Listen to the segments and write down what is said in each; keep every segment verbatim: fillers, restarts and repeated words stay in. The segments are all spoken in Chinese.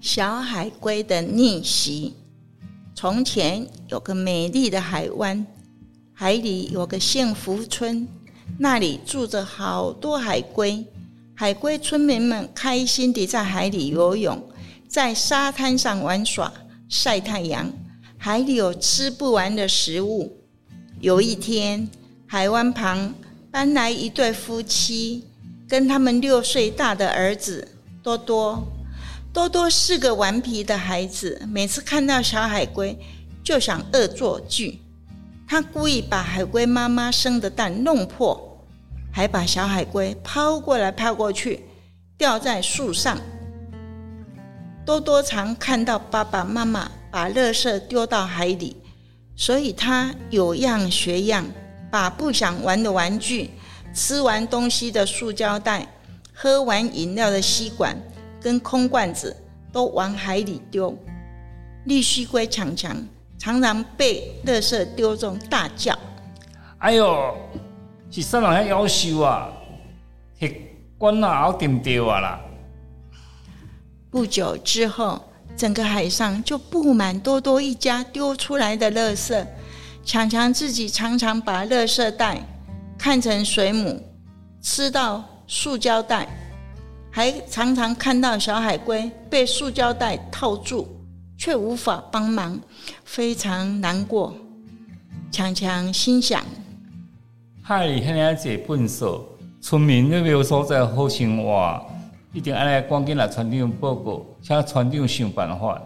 小海龟的逆袭。从前有个美丽的海湾，海里有个幸福村，那里住着好多海龟。海龟村民们开心地在海里游泳，在沙滩上玩耍，晒太阳。海里有吃不完的食物。有一天，海湾旁搬来一对夫妻，跟他们六岁大的儿子多多。多多是个顽皮的孩子，每次看到小海龟就想恶作剧。他故意把海龟妈妈生的蛋弄破，还把小海龟抛过来抛过去，掉在树上。多多常看到爸爸妈妈把垃圾丢到海里，所以他有样学样，把不想玩的玩具、吃完东西的塑胶袋、喝完饮料的吸管跟空罐子都往海里丢。绿须龟强强常常被垃圾丢中大叫： 哎呦，是啥人遐夭寿啊？迄管啊后掂掉啊啦！ 不久之后，整个海上就布满多多一家丢出来的垃圾。强强自己常常把垃圾袋看成水母，吃到塑胶袋，还常常看到小海龟被塑胶袋套住，却无法帮忙，非常难过。强强心想： 海里遐尔济粪扫，村民要有所在好生活，一定要来赶紧来村长报告，请村长想办法。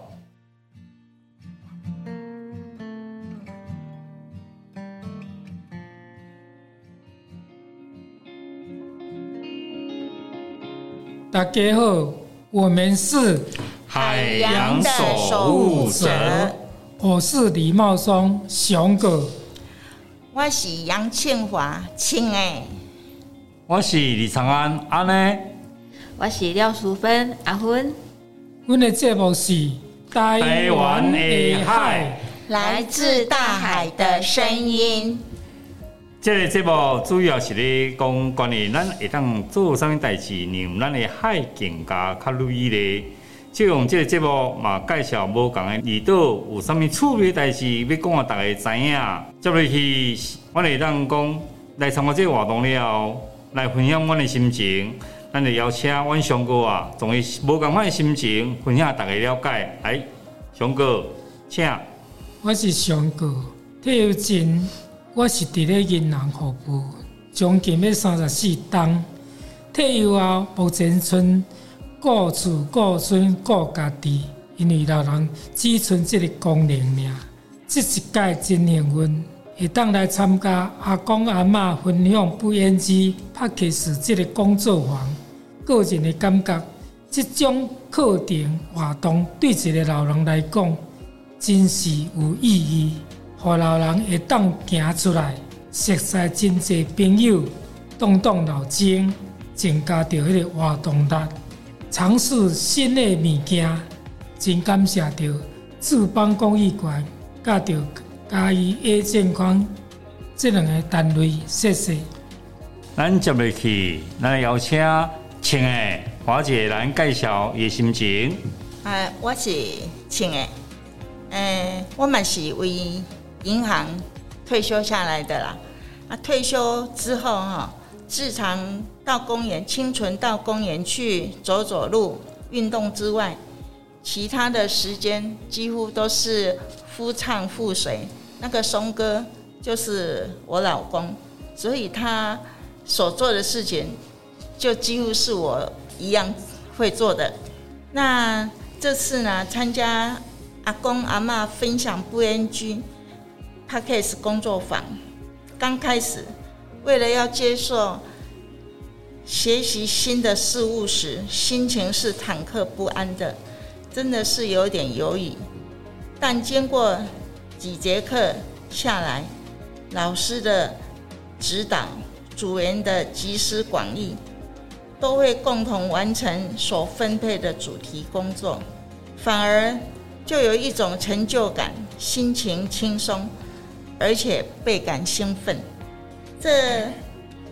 大家好，我们是海洋的守护者， 我是李茂松熊哥， 我是杨庆华庆诶， 我是李长安安呢， 我是廖淑芬阿芬。 阮的节目是台湾的海， 来自大海的声音。 这个节目主要是咧讲关于咱会当做啥物代志，让咱的海更加较美丽。就用这个节目嘛介绍无同的离岛有啥物趣味的代志，要讲互大家知影。接落去，我会当讲来参加这个活动了，来分享阮的心情。咱就邀请阮熊哥啊，从伊无同款的心情分享大家了解。来，熊哥，请。 我是熊哥，退休前。我是伫咧银行服务，将近要三十四档。退休后，目前剩顾厝、顾孙、顾家己，因为老人只剩这个功能尔。这一届真幸运，会当来参加阿公阿嬷分享不言之拍克斯这个工作坊。个人的感觉，这种课程活动对一个老人来讲，真是有意义。互老人会当行出来，熟悉真侪朋友，动动脑筋，增加着迄个活动力，尝试新的物件。真感谢着志邦公益馆，甲着嘉义亚健康这两个单位，谢谢。 咱接落去，咱来邀请青诶华姐来介绍伊的心情。 呃，我是青诶，呃，我嘛是为银行退休下来的啦，啊，退休之后哈，日常到公园，清纯到公园去走走路、运动之外，其他的时间几乎都是夫唱妇随。那个松哥就是我老公，所以他所做的事情就几乎是我一样会做的。那这次呢，参加阿公阿嬷分享不 N G Podcast 工作坊，刚开始为了要接受学习新的事物时，心情是忐忑不安的，真的是有点犹豫。但经过几节课下来，老师的指导、组员的集思广益，都会共同完成所分配的主题工作，反而就有一种成就感，心情轻松，而且倍感兴奋。这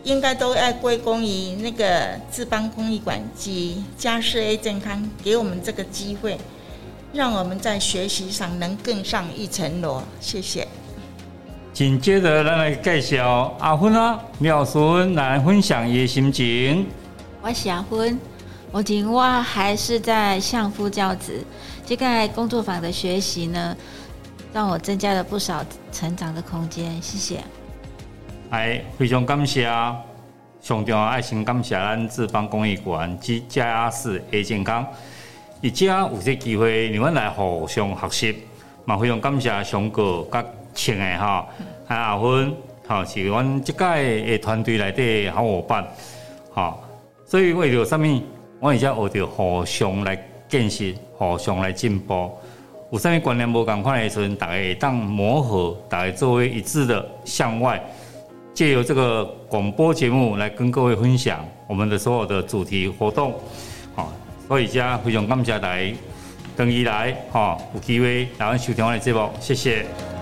应该都要归功于那个志邦公益馆及家事 A 健康给我们这个机会，让我们在学习上能更上一层楼。谢谢。 紧接着，咱来介绍阿芬啊、廖孙来分享伊的心情。 我是阿芬，目前我还是在相夫教子，这个工作坊的学习呢，让我增加了不少成长的空间。谢谢。 哎，非常感谢，上重要爱先感谢咱志邦公益馆及家事 A 健康，而且有这机会让阮来互相学习，嘛非常感谢上哥甲青的吼，还阿芬吼是阮即届的团队内底的好伙伴，吼，所以为着啥物，我而且学着互相来见识，互相来进步。有啥物观念无共款的时阵，大家会当磨合，大家作为一致的向外。借由这个广播节目来跟各位分享我们的所有的主题活动，好，所以家非常感谢大家，等以来，哈，有机会来收听我的节目，谢谢。